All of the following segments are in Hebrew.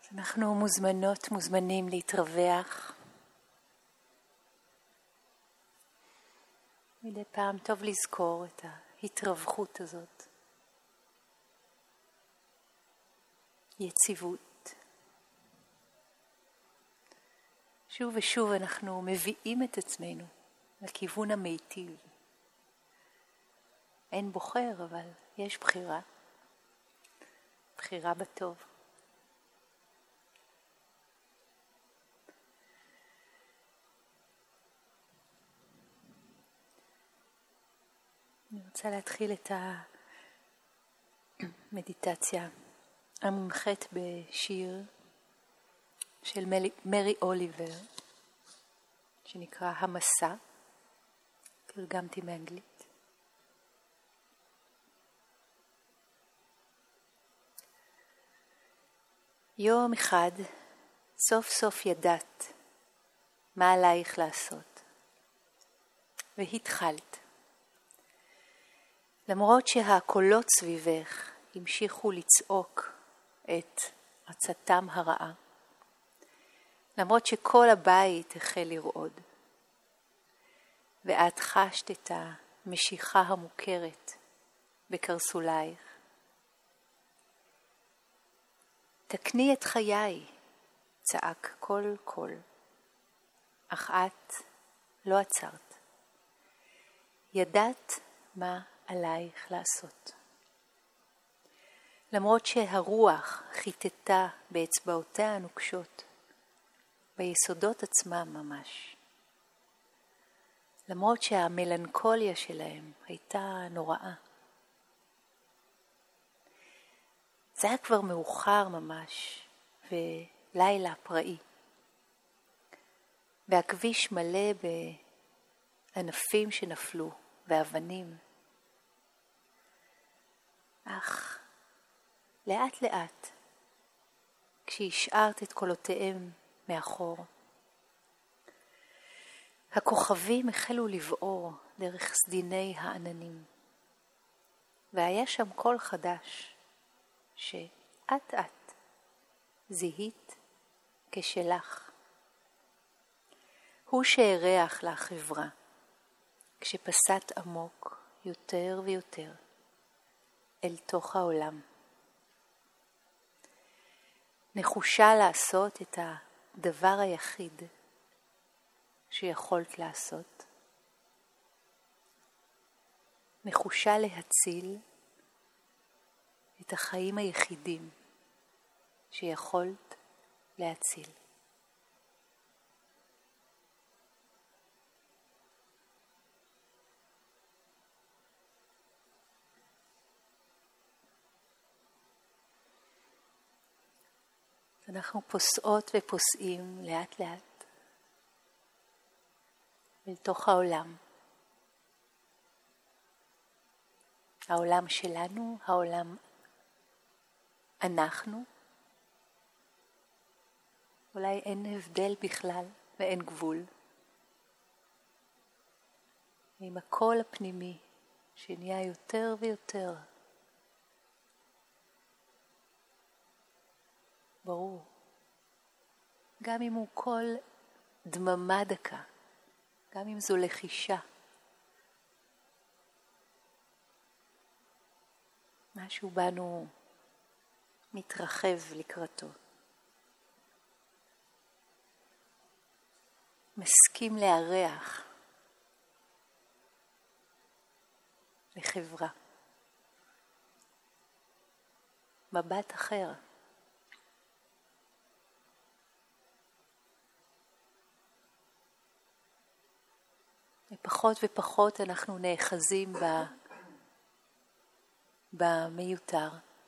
אנחנו מוזמנים להתרווח. מדי פעם טוב לזכור את ההתרווחות הזאת. יציבות. שוב ושוב אנחנו מביאים את עצמנו לכיוון המיטיב. אין בוחר, אבל יש בחירה. בחירה בטוב. אני רוצה להתחיל את המדיטציה המונחית בשיר של מרי אוליבר, שנקרא המסע, תרגמתי מאנגלית. יום אחד סוף סוף ידעת מה עלייך לעשות, והתחלת. למרות שהקולות סביבך המשיכו לצעוק את עצתם הרעה, למרות שכל הבית החל לרעוד, ואת חשת את המשיכה המוכרת בקרסולייך. תקני את חיי, צעק כל קול, אך את לא עצרת. ידעת מה עלייך לעשות. למרות שהרוח חיטטה באצבעותיה הנוקשות, ביסודות עצמם ממש. למרות שהמלנכוליה שלהם הייתה נוראה. זה היה כבר מאוחר ממש, ולילה פראי. והכביש מלא בענפים שנפלו, ואבנים. אך לאט לאט, כשהשארת את קולותיהם מאחור, הכוכבים החלו לבעור דרך סדיני העננים. והיה שם קול חדש, שאת זיהית כשלך. הוא שהריח לך חברה, כשפסעת עמוק יותר ויותר אל תוך העולם. נחושה לעשות את הדבר היחיד שיכולת לעשות. נחושה להציל את החיים היחידים שיכולת להציל. אנחנו פוסעות ופוסעים לאט לאט אל תוך העולם. העולם שלנו, העולם אנחנו. אולי אין הבדל בכלל ואין גבול. עם הקול הפנימי שנהיה יותר ויותר ברור. גם אם הוא קול דממה דקה, גם אם זו לחישה. משהו בנו מתרחב לקראתו. מסכים לארח לחברה. מבט אחר. ופחות ופחות אנחנו נאחזים במיותר.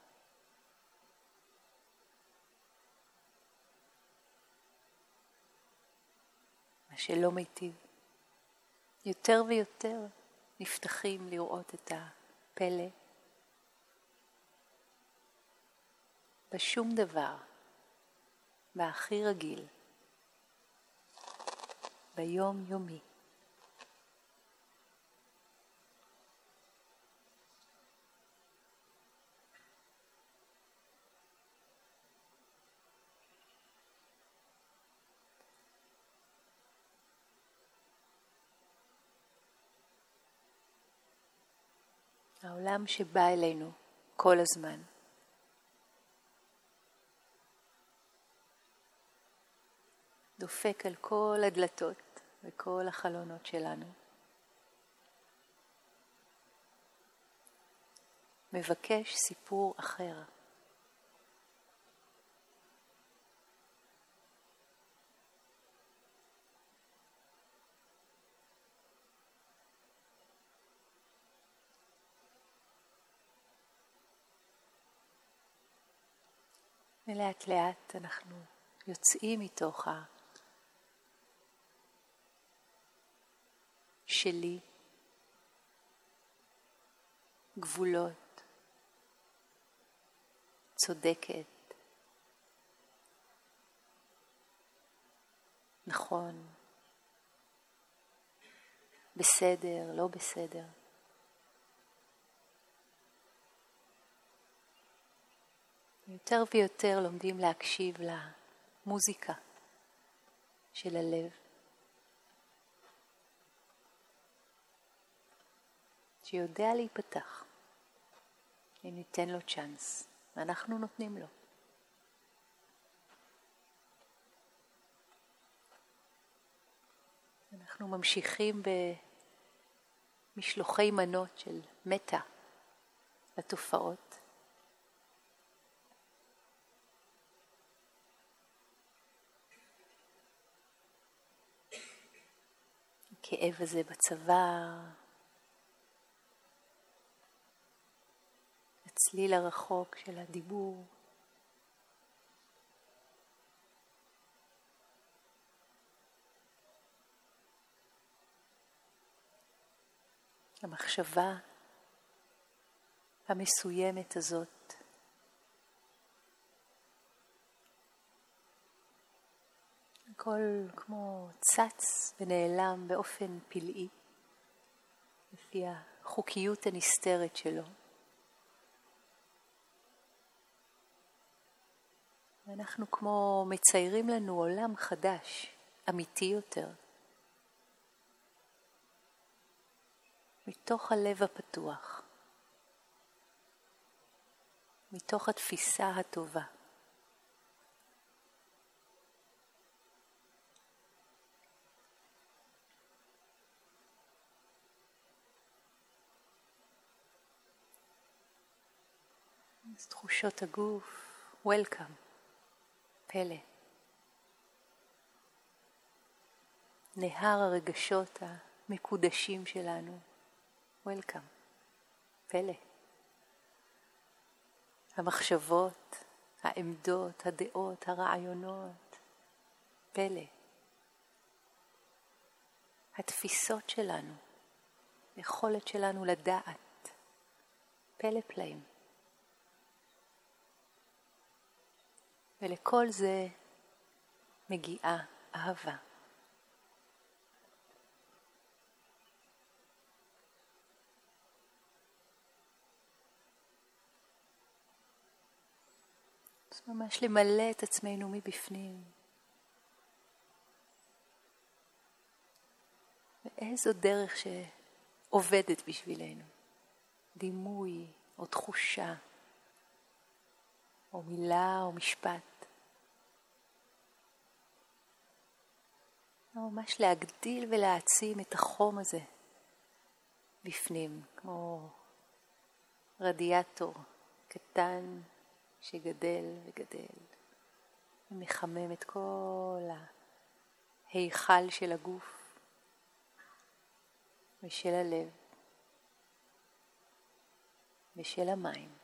מה שלא מיטיב. יותר ויותר נפתחים לראות את הפלא. בשום דבר, בהכי רגיל, ביום יומי. העולם שבא אלינו כל הזמן. דופק על כל הדלתות וכל החלונות שלנו. מבקש סיפור אחר. ולאט לאט אנחנו יוצאים מתוך שלי, גבולות, צודקת, נכון, בסדר, לא בסדר. יותר ויותר לומדים להקשיב למוזיקה של הלב, שיודע להיפתח, אם ניתן לו צ'אנס, ואנחנו נותנים לו. אנחנו ממשיכים במשלוחי מנות של מטה לתופעות. הכאב הזה בצוואר, הצליל הרחוק של הדיבור, המחשבה המסוימת הזאת, הכל כמו צץ ונעלם באופן פלאי, לפי החוקיות הנסתרת שלו. ואנחנו כמו מציירים לנו עולם חדש, אמיתי יותר. מתוך הלב הפתוח, מתוך התפיסה הטובה. אז תחושות הגוף, welcome, פלא. נהר הרגשות המקודשים שלנו, welcome, פלא. המחשבות, העמדות, הדעות, הרעיונות, פלא. התפיסות שלנו, היכולת שלנו לדעת, פלא פלאים. ולכל זה מגיעה אהבה. אז ממש למלא את עצמנו מבפנים. ואיזו דרך שעובדת בשבילנו. דימוי או תחושה. או מילה או משפט. ממש להגדיל ולהעצים את החום הזה בפנים, כמו רדיאטור קטן שגדל וגדל ומחמם את כל ההיכל של הגוף ושל הלב ושל המיינד.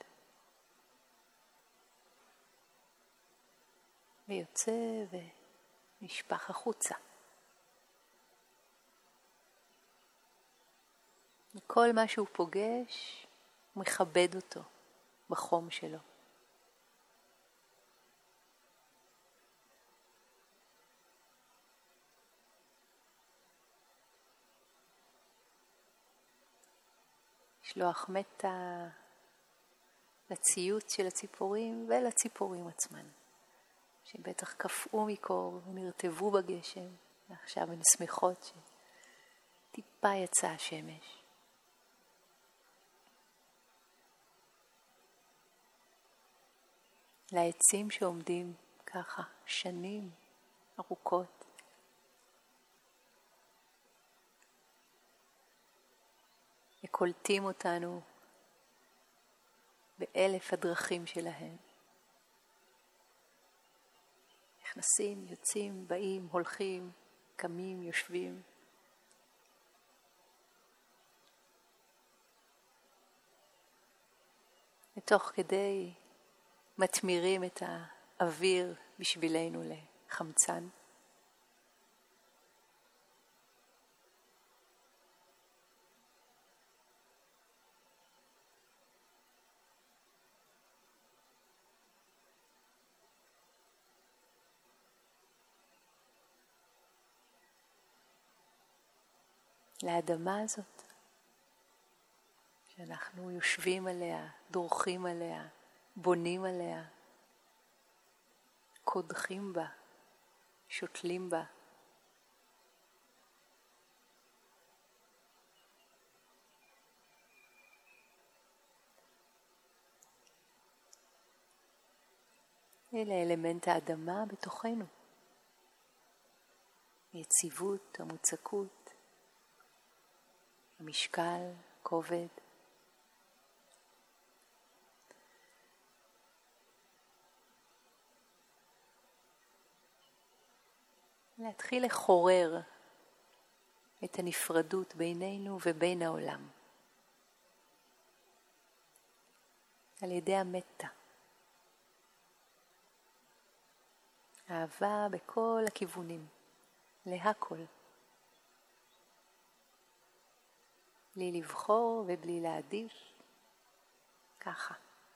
ויוצא ונשפך החוצה. וכל מה שהוא פוגש, הוא מכבד אותו בחום שלו. לשלוח מטה לציוץ של הציפורים ולציפורים עצמן. שבטח קפאו מקור ונרטבו בגשם, ועכשיו הן שמחות שטיפה יצאה השמש. לעצים שעומדים ככה שנים ארוכות. וקולטים אותנו באלף הדרכים שלהם. נכנסים, יוצאים, באים, הולכים, קמים, יושבים. ותוך כדי מתמירים את האוויר בשבילנו לחמצן. לאדמה הזאת, שאנחנו יושבים עליה, דורכים עליה, בונים עליה, קודחים בה, שותלים בה. אלה אלמנט האדמה בתוכנו. היציבות, המוצקות, המשקל, כובד. להתחיל לחורר את הנפרדות בינינו ובין העולם. על ידי המטה. אהבה בכל הכיוונים, להכל. בלי לבחור ובלי להעדיף, ככה.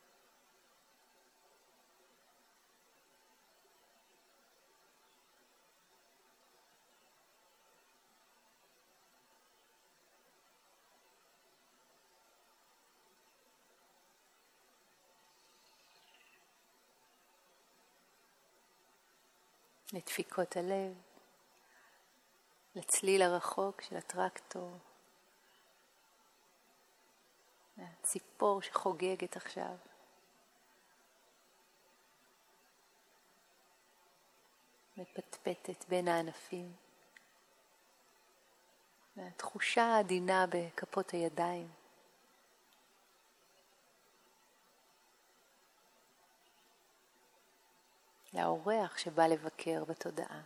לדפיקות הלב, לצליל הרחוק של הטרקטור, הציפור שחוגגת עכשיו. מפטפטת בין הענפים. והתחושה העדינה בכפות הידיים. לאורח שבא לבקר בתודעה.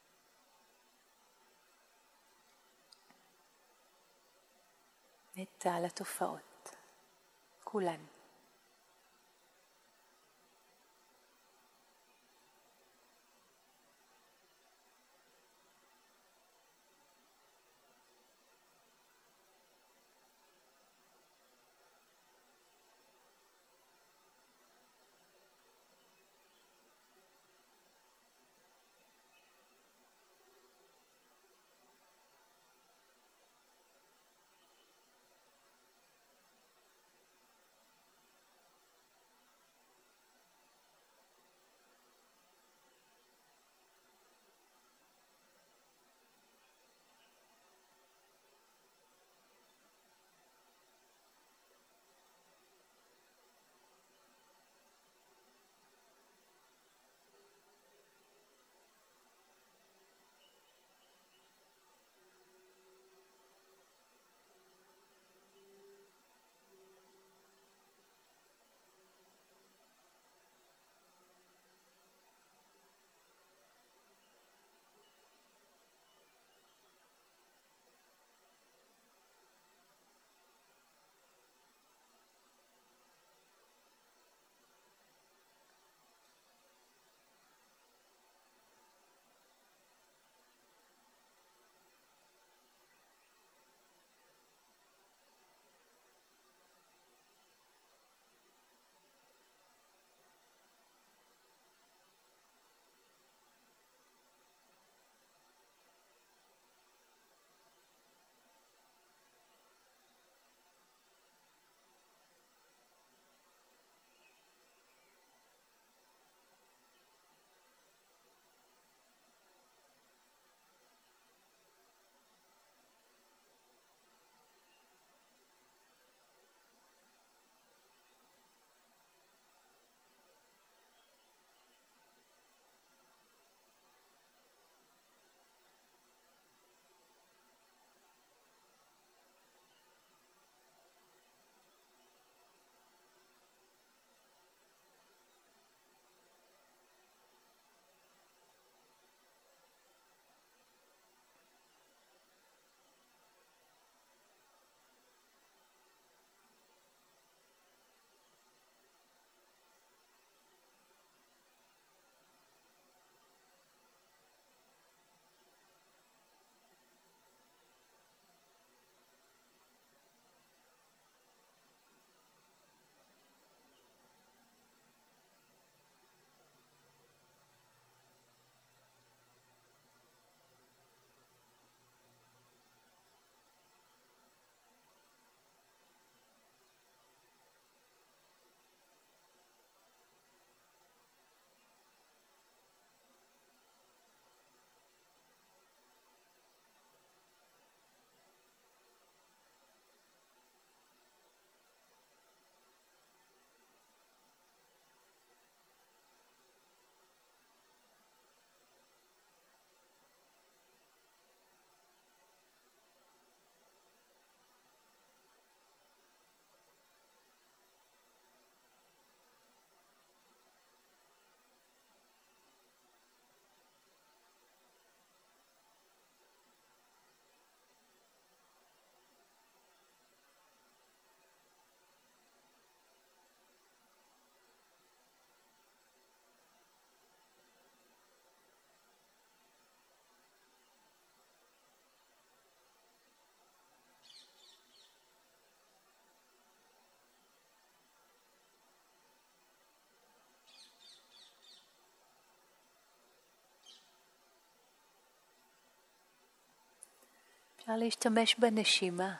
מתה על התופעות, כולן. אפשר להשתמש בנשימה.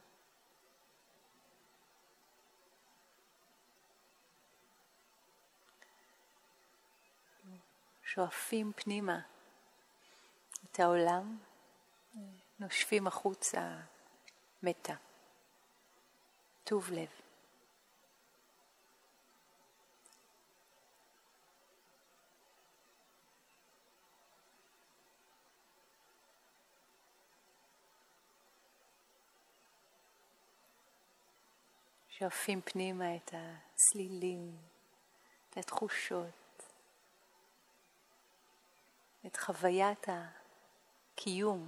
שואפים פנימה את העולם, נושפים החוצה מתה, טוב לב. שואפים פנימה את הסלילים, את התחושות, את חוויית הקיום.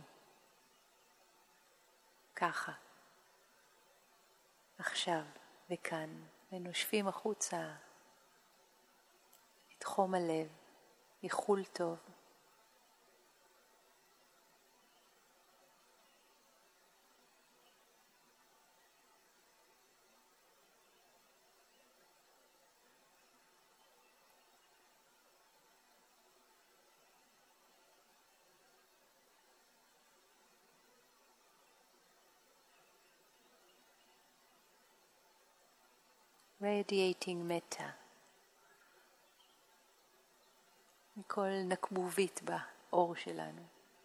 ככה, עכשיו וכאן, ונושפים החוצה את חום הלב, איחול טוב. radiating metta מכל נקבובית באור שלנו.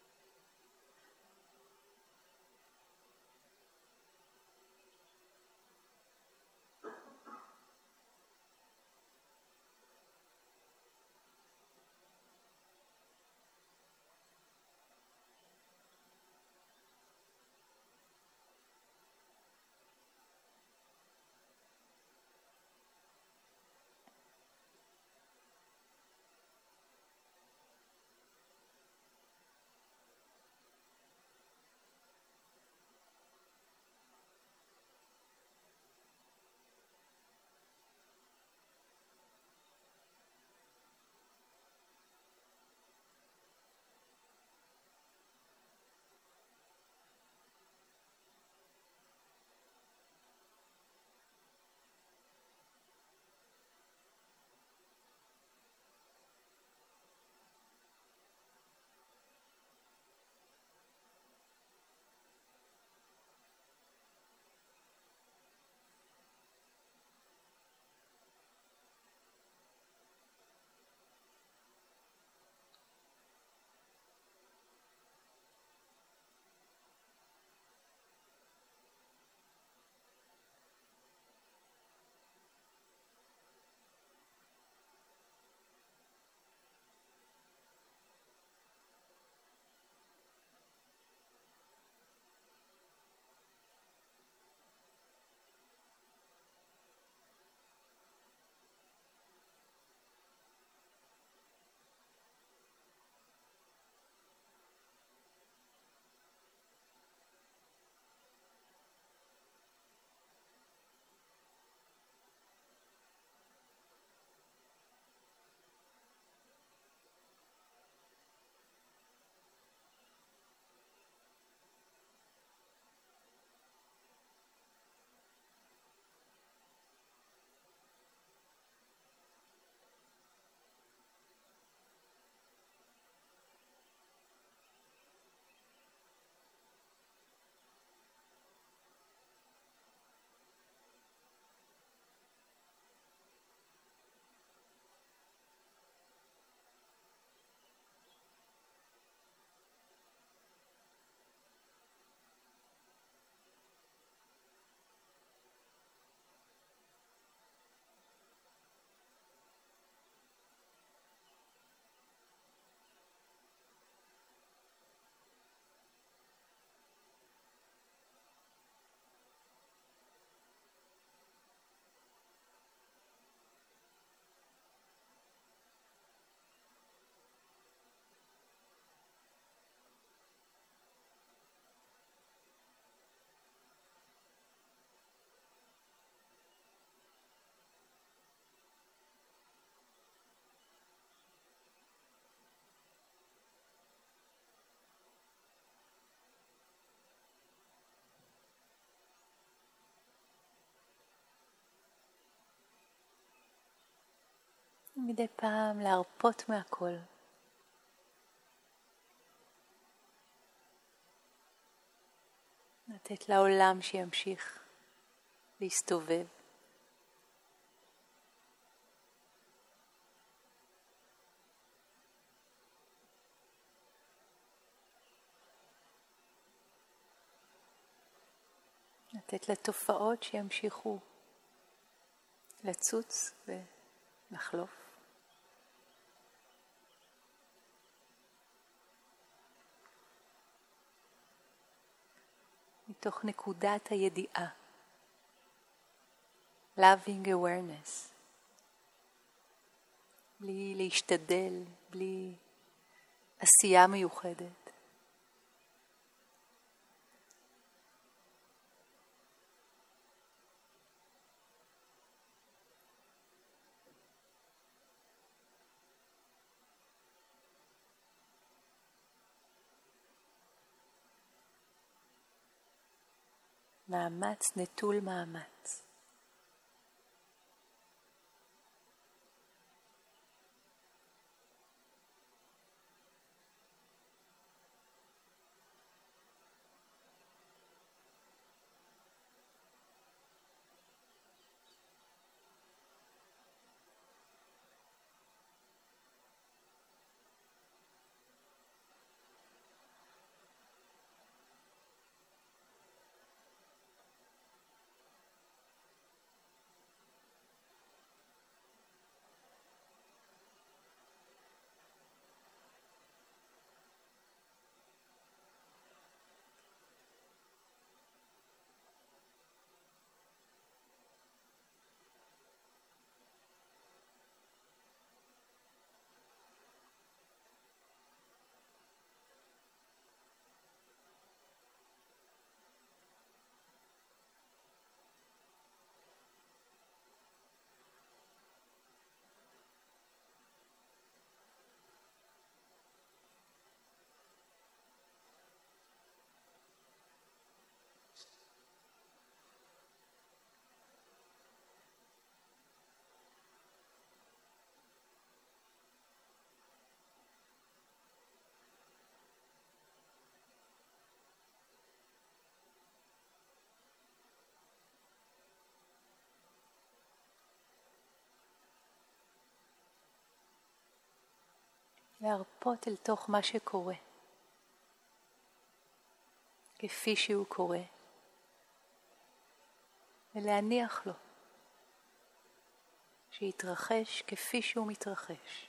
מדי פעם להרפות מהכל. לתת לעולם שימשיך להסתובב. לתת לתופעות שימשיכו לצוץ ולחלוף. מתוך נקודת הידיעה. Loving awareness. בלי להשתדל, בלי עשייה מיוחדת. מאמץ נטול מאמץ. להרפות אל תוך מה שקורה, כפי שהוא קורה, ולהניח לו שיתרחש כפי שהוא מתרחש.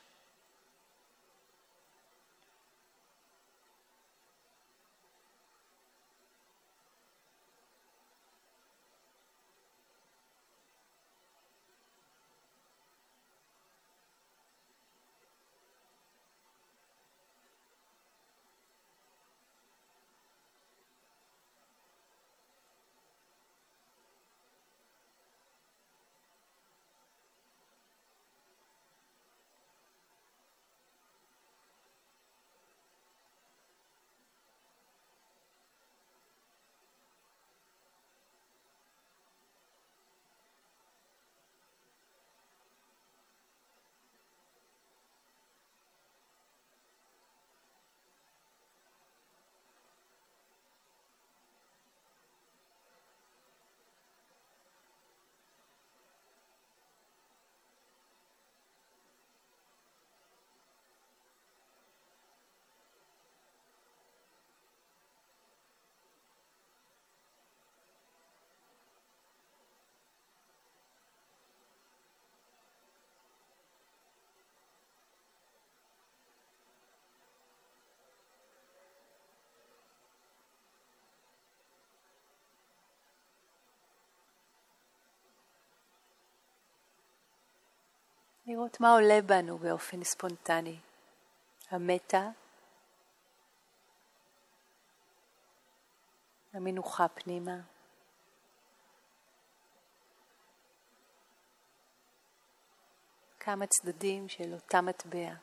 לראות מה עולה בנו באופן ספונטני. המתח, המנוחה פנימה, כמה צדדים של אותה מטבע.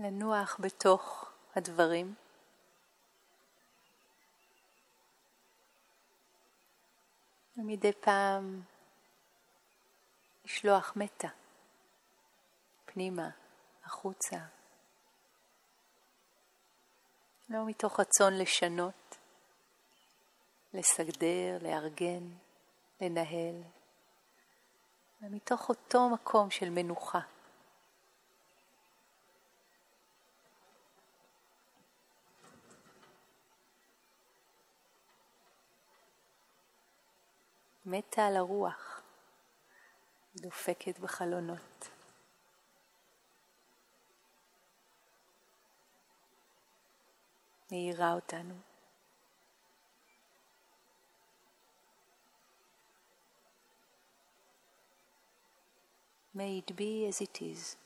לנוח בתוך הדברים. ומדי פעם לשלוח מטה פנימה, החוצה. לא מתוך רצון לשנות, לסגדר, לארגן, לנהל, אלא מתוך אותו מקום של מנוחה. מתה על הרוח, דופקת בחלונות. מאירה אותנו. May it be as it is.